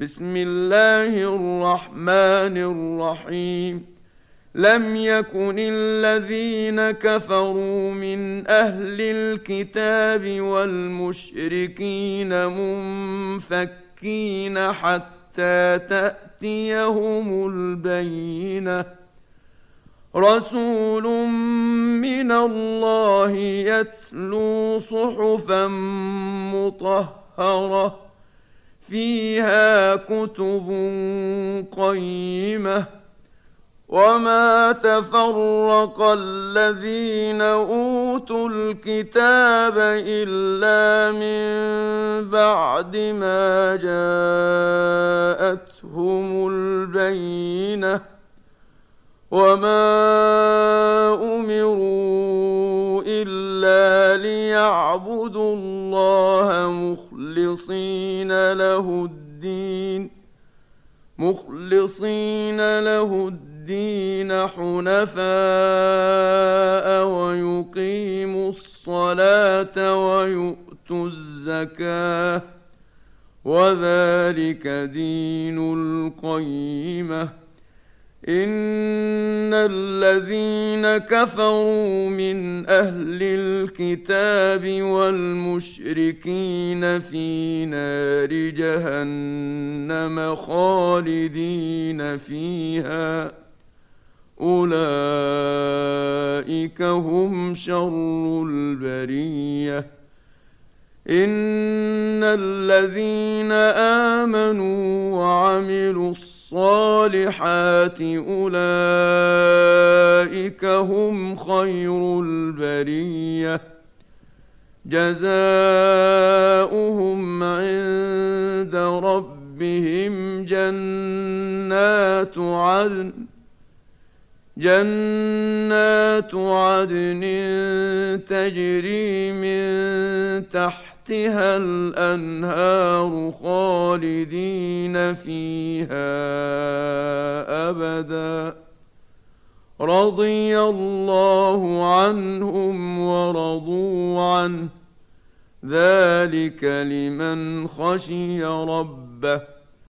بسم الله الرحمن الرحيم. لم يكن الذين كفروا من أهل الكتاب والمشركين منفكين حتى تأتيهم البينة. رسول من الله يتلو صحفا مطهرة فيها كتب قيمة. وما تفرق الذين أوتوا الكتاب إلا من بعد ما جاءتهم البينة. وما أمروا إلا ليعبدوا الله مخلصين له الدين حنفاء ويقيموا الصلاة ويؤتوا الزكاة وذلك دين القيمة. إن الذين كفروا من أهل الكتاب والمشركين في نار جهنم خالدين فيها أولئك هم شر البرية. إن الذين آمنوا وعملوا الصالحات أولئك هم خير البرية. جزاؤهم عند ربهم جنات عدن تجري من تحتها الأنهار خالدين فيها أبدا. رضي الله عنهم ورضوا عنه ذلك لمن خشي ربه.